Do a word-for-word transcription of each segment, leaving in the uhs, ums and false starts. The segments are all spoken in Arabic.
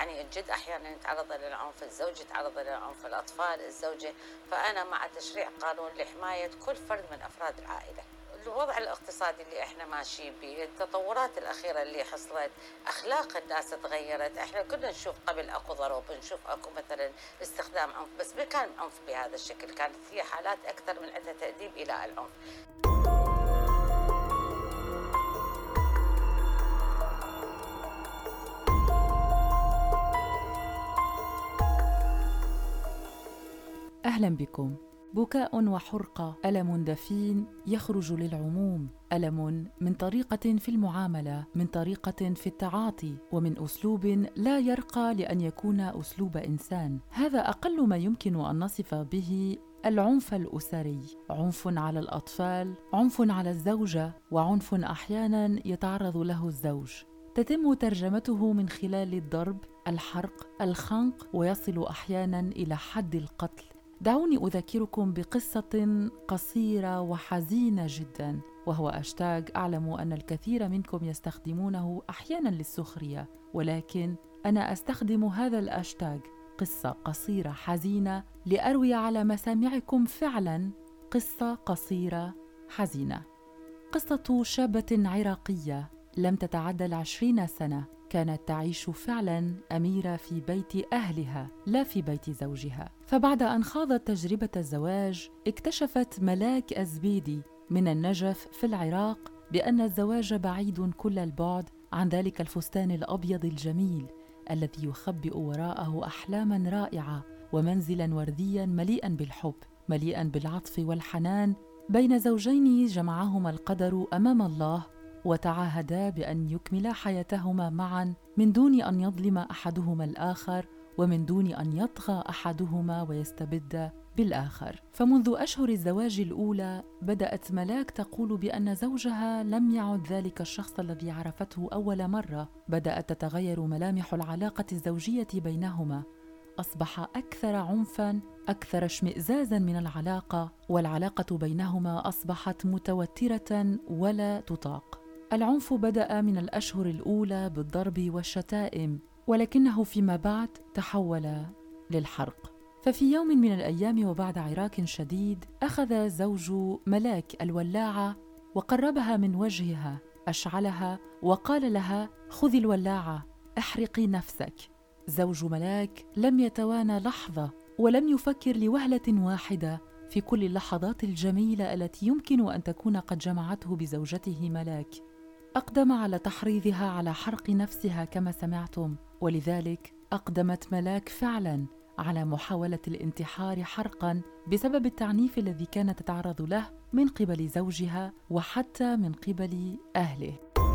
يعني الجد أحيانًا يتعرّض للعنف، الزوج يتعرّض للعنف، الأطفال، الزوجة، فأنا مع تشريع قانون لحماية كل فرد من أفراد العائلة. الوضع الاقتصادي اللي إحنا ماشيين بيه، التطورات الأخيرة اللي حصلت، أخلاق الناس تغيّرت، إحنا كنا نشوف قبل أكو ضرب، نشوف أكو مثلًا استخدام عنف، بس ما كان عنف بهذا الشكل، كانت هي حالات أكثر من عندها تأديب إلى العنف. أهلا بكم. بكاء وحرقة، ألم دفين يخرج للعموم، ألم من طريقة في المعاملة، من طريقة في التعاطي، ومن أسلوب لا يرقى لأن يكون أسلوب إنسان. هذا أقل ما يمكن أن نصف به العنف الأسري، عنف على الأطفال، عنف على الزوجة، وعنف أحياناً يتعرض له الزوج. تتم ترجمته من خلال الضرب، الحرق، الخنق، ويصل أحياناً إلى حد القتل. دعوني أذكركم بقصة قصيرة وحزينة جداً، وهو أشتاغ أعلم أن الكثير منكم يستخدمونه أحياناً للسخرية، ولكن أنا أستخدم هذا الأشتاغ قصة قصيرة حزينة لأروي على مسامعكم فعلاً قصة قصيرة حزينة. قصة شابة عراقية لم تتعدى العشرين سنة، كانت تعيش فعلاً أميرة في بيت أهلها لا في بيت زوجها. فبعد أن خاضت تجربة الزواج، اكتشفت ملاك أزبيدي من النجف في العراق بأن الزواج بعيد كل البعد عن ذلك الفستان الأبيض الجميل الذي يخبئ وراءه أحلاماً رائعة ومنزلاً وردياً مليئاً بالحب، مليئاً بالعطف والحنان، بين زوجين جمعهما القدر أمام الله، وتعاهدا بأن يكملا حياتهما معا من دون أن يظلم أحدهما الآخر، ومن دون أن يطغى أحدهما ويستبد بالآخر. فمنذ أشهر الزواج الأولى بدأت ملاك تقول بأن زوجها لم يعد ذلك الشخص الذي عرفته أول مرة. بدأت تتغير ملامح العلاقة الزوجية بينهما، أصبح أكثر عنفاً، أكثر اشمئزازاً من العلاقة، والعلاقة بينهما أصبحت متوترة ولا تطاق. العنف بدأ من الأشهر الأولى بالضرب والشتائم، ولكنه فيما بعد تحول للحرق. ففي يوم من الأيام وبعد عراك شديد، أخذ زوج ملاك الولاعة وقربها من وجهها، أشعلها وقال لها: خذي الولاعة، احرقي نفسك. زوج ملاك لم يتوانى لحظة، ولم يفكر لوهلة واحدة في كل اللحظات الجميلة التي يمكن أن تكون قد جمعته بزوجته ملاك. أقدم على تحريضها على حرق نفسها كما سمعتم، ولذلك أقدمت ملاك فعلاً على محاولة الانتحار حرقاً بسبب التعنيف الذي كانت تتعرض له من قبل زوجها وحتى من قبل أهله.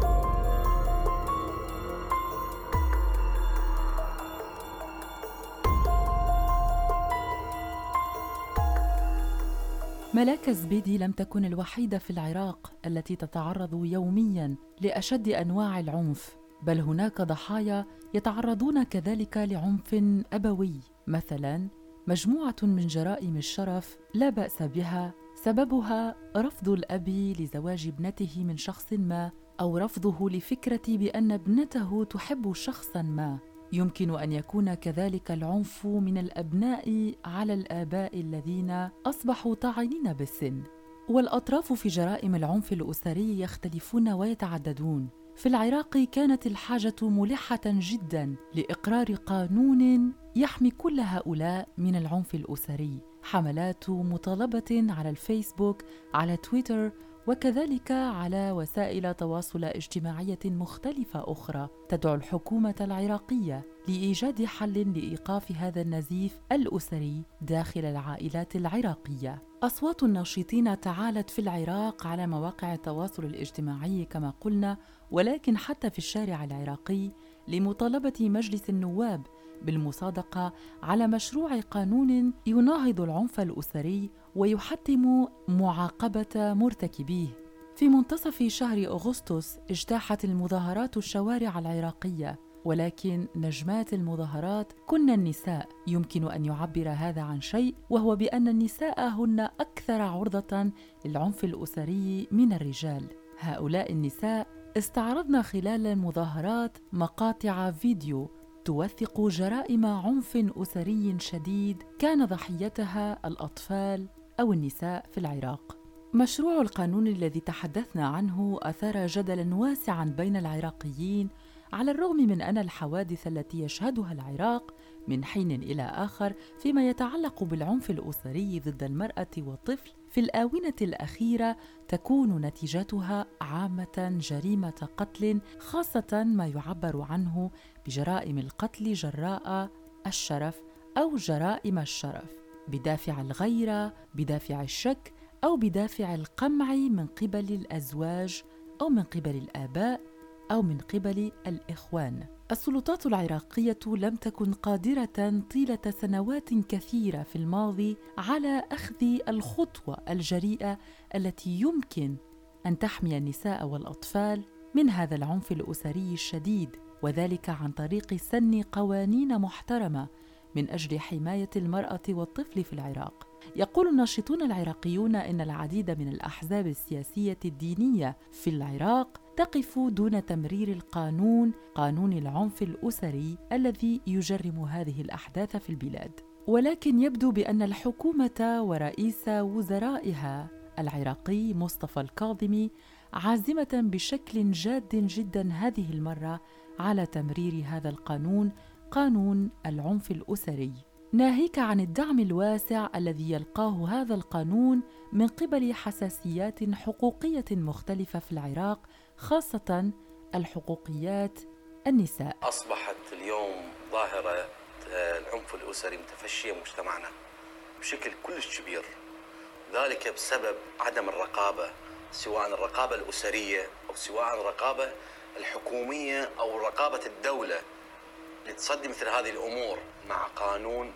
ملاك زبيدي لم تكن الوحيدة في العراق التي تتعرض يومياً لأشد أنواع العنف، بل هناك ضحايا يتعرضون كذلك لعنف أبوي. مثلاً مجموعة من جرائم الشرف لا بأس بها، سببها رفض الأب لزواج ابنته من شخص ما، أو رفضه لفكرة بأن ابنته تحب شخصاً ما. يمكن أن يكون كذلك العنف من الأبناء على الآباء الذين أصبحوا طاعنين بالسن. والأطراف في جرائم العنف الأسري يختلفون ويتعددون. في العراق كانت الحاجة ملحة جداً لإقرار قانون يحمي كل هؤلاء من العنف الأسري. حملات مطالبة على الفيسبوك، على تويتر، وكذلك على وسائل تواصل اجتماعية مختلفة أخرى تدعو الحكومة العراقية لإيجاد حل لإيقاف هذا النزيف الأسري داخل العائلات العراقية. أصوات الناشطين تعالت في العراق على مواقع التواصل الاجتماعي كما قلنا، ولكن حتى في الشارع العراقي، لمطالبة مجلس النواب بالمصادقة على مشروع قانون يناهض العنف الأسري ويحتم معاقبة مرتكبيه. في منتصف شهر أغسطس اجتاحت المظاهرات الشوارع العراقية، ولكن نجمات المظاهرات كن النساء. يمكن أن يعبر هذا عن شيء، وهو بأن النساء هن أكثر عرضة للعنف الأسري من الرجال. هؤلاء النساء استعرضن خلال المظاهرات مقاطع فيديو توثق جرائم عنف أسري شديد كان ضحيتها الأطفال أو النساء في العراق. مشروع القانون الذي تحدثنا عنه أثار جدلاً واسعاً بين العراقيين، على الرغم من أن الحوادث التي يشهدها العراق من حين إلى آخر فيما يتعلق بالعنف الأسري ضد المرأة والطفل في الآونة الأخيرة تكون نتيجتها عامة جريمة قتل، خاصة ما يعبر عنه بجرائم القتل جراء الشرف أو جرائم الشرف، بدافع الغيرة، بدافع الشك، أو بدافع القمع من قبل الأزواج أو من قبل الآباء أو من قبل الإخوان. السلطات العراقية لم تكن قادرة طيلة سنوات كثيرة في الماضي على أخذ الخطوة الجريئة التي يمكن أن تحمي النساء والأطفال من هذا العنف الأسري الشديد، وذلك عن طريق سن قوانين محترمة من أجل حماية المرأة والطفل في العراق. يقول الناشطون العراقيون إن العديد من الأحزاب السياسية الدينية في العراق تقف دون تمرير القانون، قانون العنف الأسري الذي يجرم هذه الأحداث في البلاد. ولكن يبدو بأن الحكومة ورئيس وزرائها العراقي مصطفى الكاظمي عازمة بشكل جاد جدا هذه المرة على تمرير هذا القانون، قانون العنف الأسري، ناهيك عن الدعم الواسع الذي يلقاه هذا القانون من قبل حساسيات حقوقية مختلفة في العراق، خاصة الحقوقيات النساء. أصبحت اليوم ظاهرة العنف الأسري متفشية مجتمعنا بشكل كلش كبير، ذلك بسبب عدم الرقابة، سواء الرقابة الأسرية أو سواء الرقابة الحكومية أو رقابة الدولة لتصدي مثل هذه الأمور. مع قانون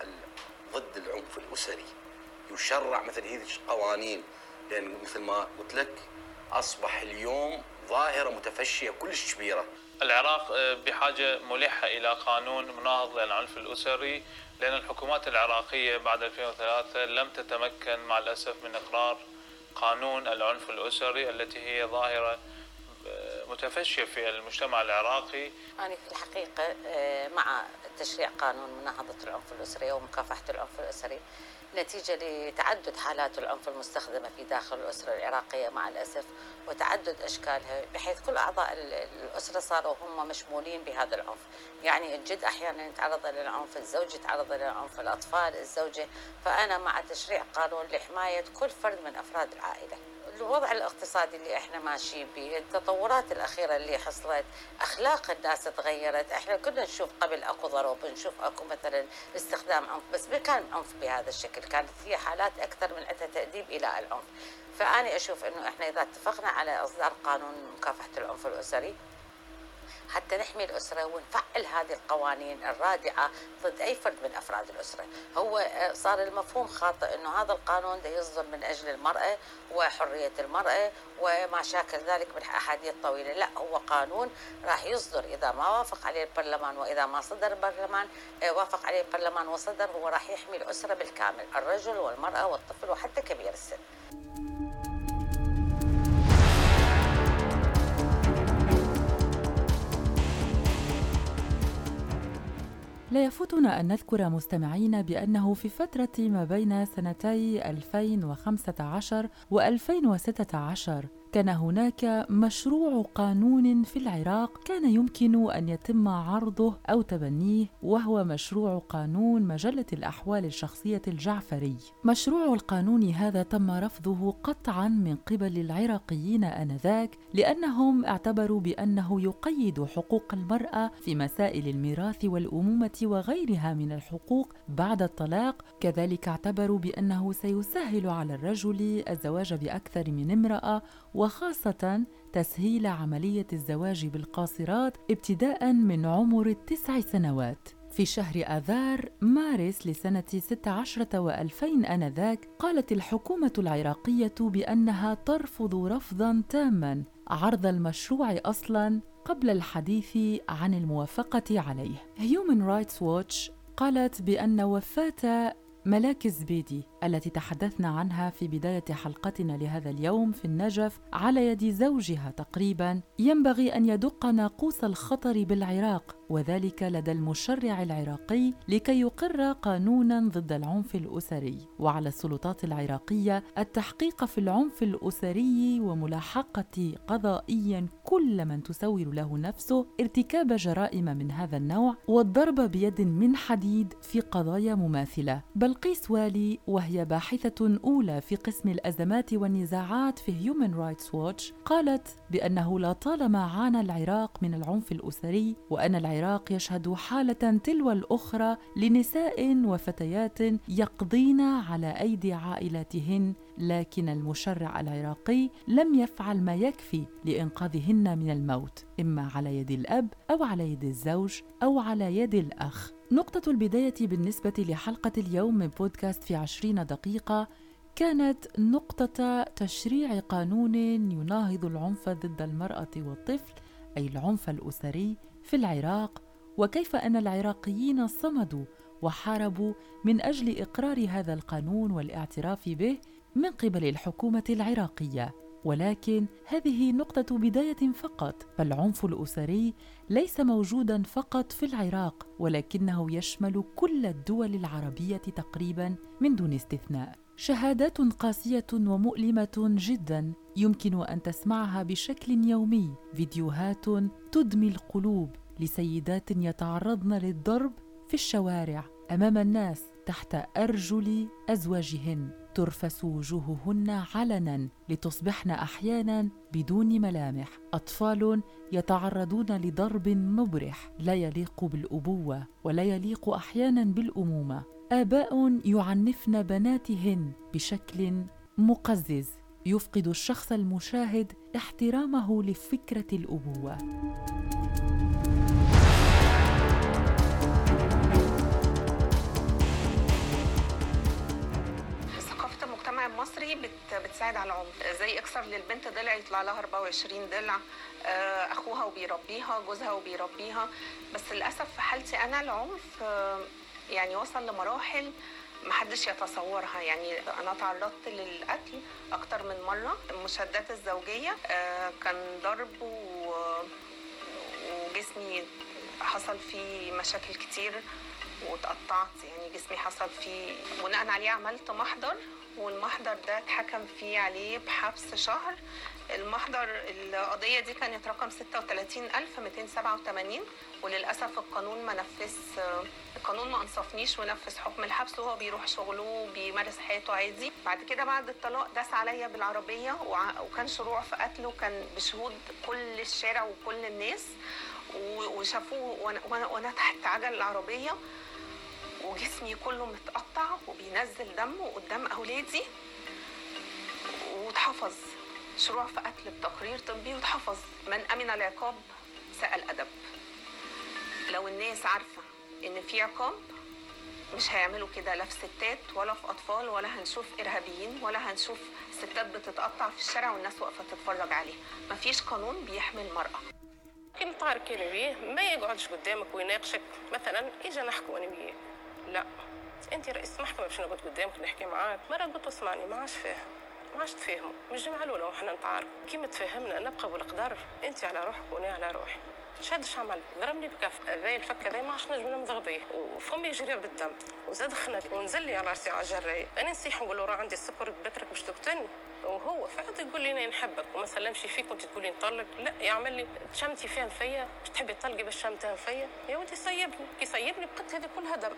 ضد العنف الأسري يشرع مثل هذه القوانين، لأن مثل ما قلت لك أصبح اليوم ظاهرة متفشية كلش كبيرة. العراق بحاجة ملحة إلى قانون مناهض للعنف الأسري، لأن الحكومات العراقية بعد ألفين وثلاثة لم تتمكن مع الأسف من إقرار قانون العنف الأسري التي هي ظاهرة متفشية في المجتمع العراقي. أنا في الحقيقة مع تشريع قانون مناهضة العنف الأسري ومكافحة العنف الأسري نتيجة لتعدد حالات العنف المستخدمة في داخل الأسرة العراقية مع الأسف وتعدد أشكالها، بحيث كل أعضاء الأسرة صاروا هم مشمولين بهذا العنف. يعني الجد أحيانا يتعرض للعنف، الزوج يتعرض للعنف، الأطفال، الزوجة. فأنا مع تشريع قانون لحماية كل فرد من أفراد العائلة. الوضع الاقتصادي اللي احنا ماشيين به، التطورات الأخيرة اللي حصلت، أخلاق الناس تغيرت. احنا كنا نشوف قبل أكو ضرب، نشوف أكو مثلا استخدام عنف، بس ما كان عنف بهذا الشكل، كانت هي حالات أكثر من أنها تأديب إلى العنف. فأنا أشوف إنه احنا إذا اتفقنا على إصدار قانون مكافحة العنف الأسري حتى نحمي الأسرة ونفعل هذه القوانين الرادعة ضد أي فرد من أفراد الأسرة. هو صار المفهوم خاطئ أنه هذا القانون ده يصدر من أجل المرأة وحرية المرأة وما شاكل ذلك من أحاديث طويلة. لا، هو قانون راح يصدر إذا ما وافق عليه البرلمان، وإذا ما صدر البرلمان وافق عليه البرلمان وصدر، هو راح يحمي الأسرة بالكامل، الرجل والمرأة والطفل وحتى كبير السن. لا يفوتنا أن نذكر مستمعين بأنه في فترة ما بين سنتي ألفين وخمسة عشر وألفين وستة عشر كان هناك مشروع قانون في العراق كان يمكن أن يتم عرضه أو تبنيه، وهو مشروع قانون مجلة الأحوال الشخصية الجعفري. مشروع القانون هذا تم رفضه قطعاً من قبل العراقيين آنذاك، لأنهم اعتبروا بأنه يقيد حقوق المرأة في مسائل الميراث والأمومة وغيرها من الحقوق بعد الطلاق. كذلك اعتبروا بأنه سيسهل على الرجل الزواج بأكثر من امرأة، وخاصة تسهيل عملية الزواج بالقاصرات ابتداء من عمر التسع سنوات. في شهر آذار مارس لسنة ستة عشر وألفين آنذاك قالت الحكومة العراقية بأنها ترفض رفضاً تاماً عرض المشروع أصلاً قبل الحديث عن الموافقة عليه. Human Rights Watch قالت بأن وفاة ملاك الزبيدي التي تحدثنا عنها في بداية حلقتنا لهذا اليوم في النجف على يد زوجها تقريباً، ينبغي أن يدق ناقوس الخطر بالعراق، وذلك لدى المشرع العراقي لكي يقر قانوناً ضد العنف الأسري. وعلى السلطات العراقية التحقيق في العنف الأسري وملاحقة قضائياً كل من تسول له نفسه ارتكاب جرائم من هذا النوع والضرب بيد من حديد في قضايا مماثلة. بلقيس والي، وهي باحثة أولى في قسم الأزمات والنزاعات في Human Rights Watch، قالت بأنه لا طالما عانى العراق من العنف الأسري، وأن العراق يشهد حالة تلو الأخرى لنساء وفتيات يقضين على أيدي عائلاتهن، لكن المشرع العراقي لم يفعل ما يكفي لإنقاذهن من الموت، إما على يد الأب أو على يد الزوج أو على يد الأخ. نقطة البداية بالنسبة لحلقة اليوم من بودكاست في عشرين دقيقة كانت نقطة تشريع قانون يناهض العنف ضد المرأة والطفل، أي العنف الأسري في العراق، وكيف أن العراقيين صمدوا وحاربوا من أجل إقرار هذا القانون والاعتراف به من قبل الحكومة العراقية. ولكن هذه نقطة بداية فقط، فالعنف الأسري ليس موجوداً فقط في العراق، ولكنه يشمل كل الدول العربية تقريباً من دون استثناء. شهادات قاسية ومؤلمة جداً يمكن أن تسمعها بشكل يومي، فيديوهات تدمي القلوب لسيدات يتعرضن للضرب في الشوارع أمام الناس تحت أرجل أزواجهن، ترفس وجوههن علناً لتصبحن أحياناً بدون ملامح، أطفال يتعرضون لضرب مبرح لا يليق بالأبوة ولا يليق أحياناً بالأمومة، آباء يعنفن بناتهن بشكل مقزز يفقد الشخص المشاهد احترامه لفكرة الأبوة. المصري بتساعد على العنف، زي اكسر للبنت ضلع يطلع لها أربعة وعشرين ضلع، اخوها وبيربيها، جوزها وبيربيها. بس للاسف في حالتي انا العنف يعني وصل لمراحل محدش يتصورها. يعني انا تعرضت للقتل اكتر من مره. المشادات الزوجيه كان ضرب وجسمي حصل فيه مشاكل كتير واتقطعت، يعني جسمي حصل فيه. بناء عليه عملت محضر، والمحضر ده اتحكم فيه عليه بحبس شهر. المحضر القضية دي كانت رقم ستة وثلاثين ألف ومئتين وسبعة وثمانين، وللأسف القانون ما نفذ القانون ما أنصفنيش ونفذ حكم الحبس، وهو بيروح شغله وبيمارس حياته عادي. بعد كده بعد الطلاق داس عليا بالعربية، وكان شروع في قتله، وكان بشهود كل الشارع وكل الناس، وشافوه وأنا, وأنا تحت عجل العربية وجسمي كله متقطع وبينزل دم قدام أولادي، واتحفظ شروع في قتل بتقرير طبي، واتحفظ من أمن العقاب سأل أدب. لو الناس عارفة إن في عقاب مش هيعملوا كده، لا في ستات ولا في أطفال، ولا هنشوف إرهابيين، ولا هنشوف ستات بتتقطع في الشارع والناس واقفة تتفرج عليها. مفيش قانون بيحمي المرأة. كل طارق كان بيه ما يقعدش قدامك ويناقشك، مثلا إجا نحكوا أنا بيه، لا انت رئيس محكمه باش نقعد قدامك نحكي معاك. مره قلت اسمعني ما عادش فاهم ما عادش تفهموا مش جمعه الاولى وحنا نتعاركوا كيما تفهمنا نبقى بالقدر، انت على روحك وانا على روحي. شادش عمل ضربني بكف هذا الفك هذا ما عادش نجم نضربيه، وفمي يجري بالدم وزاد خنق ونزل لي على راسي على جراي. انا نصيح نقول له راه عندي السكر بترك باش تقتلني، وهو فعلا يقول لي انا نحبك وما سلمش فيك وانت تقولي نطلق. لا يعمل لي تشمتي فيها فيا باش تحبي تطلقي باش شمتها فيا يا ودي صيبني. كي صيبني بقيت هذه كلها دم.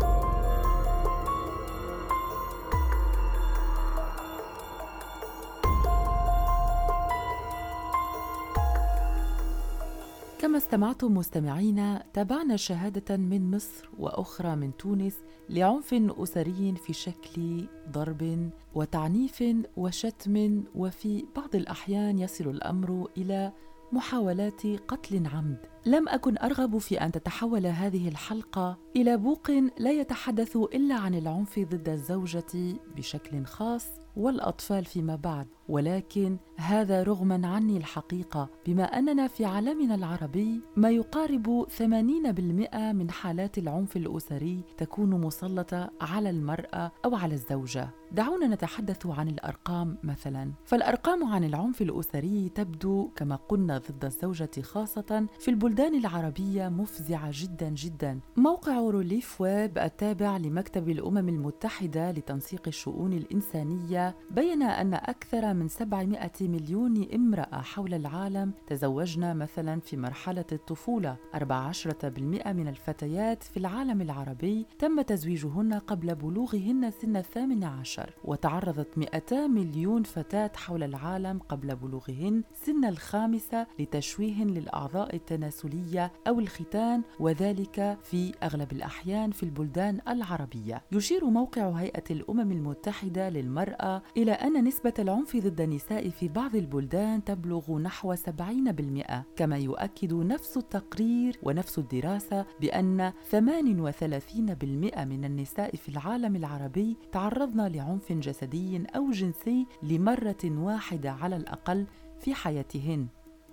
كما استمعتم مستمعينا، تابعنا شهادة من مصر وأخرى من تونس لعنف أسري في شكل ضرب وتعنيف وشتم، وفي بعض الأحيان يصل الأمر إلى محاولات قتل عمد. لم أكن أرغب في أن تتحول هذه الحلقة إلى بوق لا يتحدث إلا عن العنف ضد الزوجة بشكل خاص، والأطفال فيما بعد. ولكن هذا رغما عني الحقيقة، بما أننا في عالمنا العربي ما يقارب ثمانين بالمئة من حالات العنف الأسري تكون مسلطة على المرأة أو على الزوجة. دعونا نتحدث عن الأرقام مثلا. فالأرقام عن العنف الأسري تبدو كما قلنا ضد الزوجة خاصة في البلدان العربية مفزعة جدا جدا. موقع روليف ويب التابع لمكتب الأمم المتحدة لتنسيق الشؤون الإنسانية بين أن أكثر من سبعمائة مليون امرأة حول العالم تزوجن مثلا في مرحلة الطفولة. أربعة عشر بالمئة من الفتيات في العالم العربي تم تزويجهن قبل بلوغهن سن الثامن عشر، وتعرضت مئتا مليون فتاة حول العالم قبل بلوغهن سن الخامسة لتشويه للأعضاء التناسلية أو الختان، وذلك في أغلب الأحيان في البلدان العربية. يشير موقع هيئة الأمم المتحدة للمرأة إلى أن نسبة العنف ضد النساء في بعض البلدان تبلغ نحو سبعين بالمئة، كما يؤكد نفس التقرير ونفس الدراسة بأن ثمانية وثلاثين بالمئة من النساء في العالم العربي تعرضن لعنف جسدي أو جنسي لمرة واحدة على الأقل في حياتهن.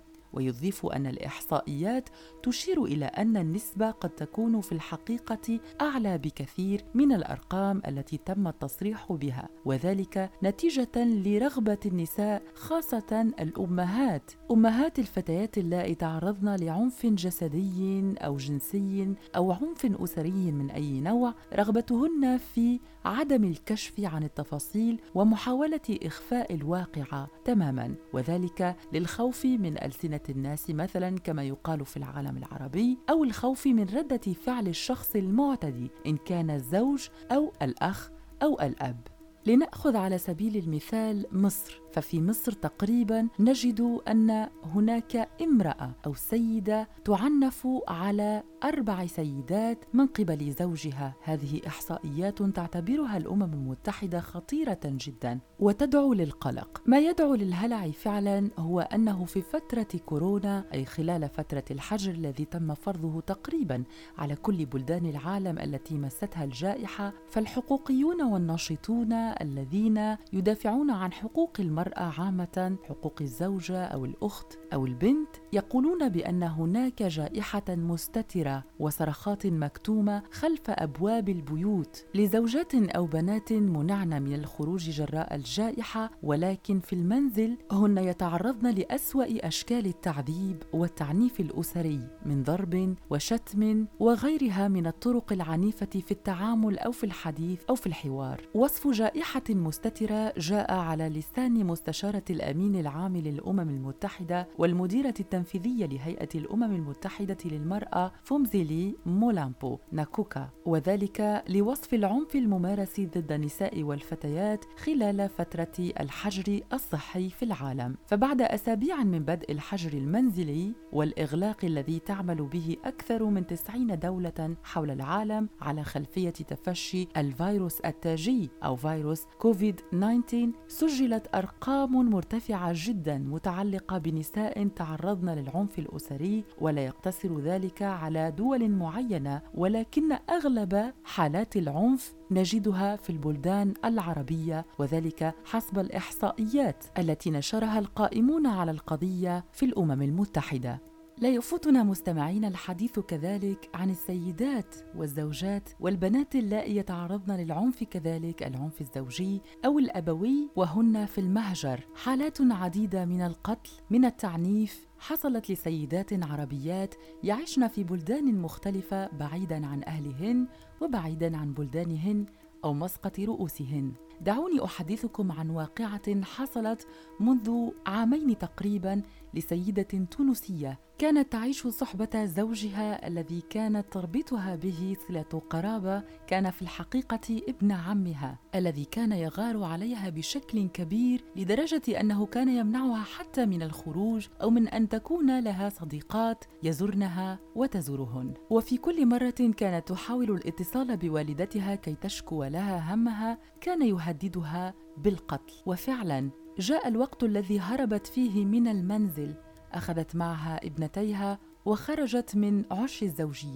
ويضيف أن الإحصائيات تشير إلى أن النسبة قد تكون في الحقيقة أعلى بكثير من الأرقام التي تم التصريح بها، وذلك نتيجة لرغبة النساء خاصة الأمهات أمهات الفتيات اللائي تعرضن لعنف جسدي أو جنسي أو عنف أسري من أي نوع، رغبتهن في عدم الكشف عن التفاصيل ومحاولة إخفاء الواقعة تماما، وذلك للخوف من ألسنة الناس مثلا كما يقال في العالم العربي، أو الخوف من ردة فعل الشخص المعتدي إن كان الزوج أو الأخ أو الأب. لنأخذ على سبيل المثال مصر، ففي مصر تقريبا نجد أن هناك امرأة أو سيدة تعنف على أربع سيدات من قبل زوجها. هذه إحصائيات تعتبرها الأمم المتحدة خطيرة جدا وتدعو للقلق. ما يدعو للهلع فعلا هو أنه في فترة كورونا، أي خلال فترة الحجر الذي تم فرضه تقريبا على كل بلدان العالم التي مستها الجائحة، فالحقوقيون والناشطون الذين يدافعون عن حقوق المرأة عامة، حقوق الزوجة أو الأخت أو البنت، يقولون بأن هناك جائحة مستترة وصرخات مكتومة خلف أبواب البيوت لزوجات أو بنات منعن من الخروج جراء الجائحة، ولكن في المنزل هن يتعرضن لأسوأ أشكال التعذيب والتعنيف الأسري من ضرب وشتم وغيرها من الطرق العنيفة في التعامل أو في الحديث أو في الحوار. وصف جائحة مستترة جاء على لسان مستشارة الأمين العام للأمم المتحدة والمديرة التنفيذية لهيئة الأمم المتحدة للمرأة فومزيلي مولامبو ناكوكا، وذلك لوصف العنف الممارس ضد النساء والفتيات خلال فترة الحجر الصحي في العالم. فبعد أسابيع من بدء الحجر المنزلي والإغلاق الذي تعمل به أكثر من تسعين دولة حول العالم على خلفية تفشي الفيروس التاجي أو فيروس كوفيد تسعة عشر، سجلت أرقام مرتفعة جدا متعلقة بنساء تعرضن للعنف الأسري، ولا يقتصر ذلك على دول معينة، ولكن أغلب حالات العنف نجدها في البلدان العربية، وذلك حسب الإحصائيات التي نشرها القائمون على القضية في الأمم المتحدة. لا يفوتنا مستمعين الحديث كذلك عن السيدات والزوجات والبنات اللائي يتعرضن للعنف، كذلك العنف الزوجي أو الأبوي وهن في المهجر. حالات عديدة من القتل من التعنيف حصلت لسيدات عربيات يعيشن في بلدان مختلفة بعيداً عن أهلهن وبعيداً عن بلدانهن أو مسقط رؤوسهن. دعوني أحدثكم عن واقعة حصلت منذ عامين تقريباً لسيدة تونسية كانت تعيش صحبة زوجها الذي كانت تربطها به صلة قرابة، كان في الحقيقة ابن عمها الذي كان يغار عليها بشكل كبير لدرجة أنه كان يمنعها حتى من الخروج أو من أن تكون لها صديقات يزورنها وتزورهن. وفي كل مرة كانت تحاول الاتصال بوالدتها كي تشكو لها همها كان يهددها بالقتل. وفعلا جاء الوقت الذي هربت فيه من المنزل، أخذت معها ابنتيها وخرجت من عش الزوجية.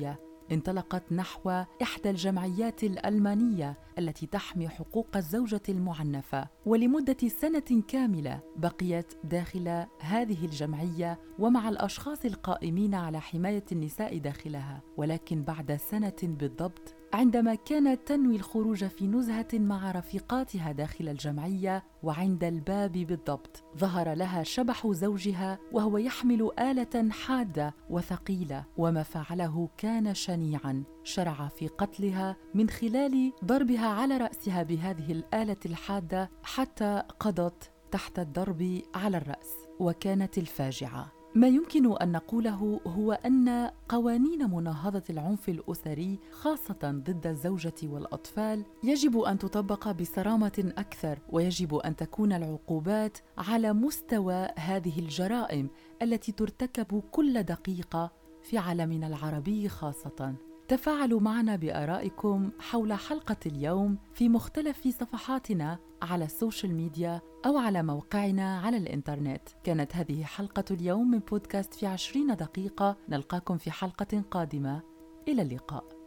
انطلقت نحو إحدى الجمعيات الألمانية التي تحمي حقوق الزوجة المعنفة، ولمدة سنة كاملة بقيت داخل هذه الجمعية ومع الأشخاص القائمين على حماية النساء داخلها. ولكن بعد سنة بالضبط، عندما كانت تنوي الخروج في نزهة مع رفيقاتها داخل الجمعية، وعند الباب بالضبط ظهر لها شبح زوجها وهو يحمل آلة حادة وثقيلة، وما فعله كان شنيعاً. شرع في قتلها من خلال ضربها على رأسها بهذه الآلة الحادة حتى قضت تحت الضرب على الرأس. وكانت الفاجعة ما يمكن أن نقوله هو أن قوانين مناهضة العنف الأسري خاصة ضد الزوجة والأطفال يجب أن تطبق بصرامة أكثر، ويجب أن تكون العقوبات على مستوى هذه الجرائم التي ترتكب كل دقيقة في عالمنا العربي خاصة. تفاعلوا معنا بآرائكم حول حلقة اليوم في مختلف صفحاتنا على السوشيال ميديا أو على موقعنا على الإنترنت. كانت هذه حلقة اليوم من بودكاست في عشرين دقيقة. نلقاكم في حلقة قادمة. إلى اللقاء.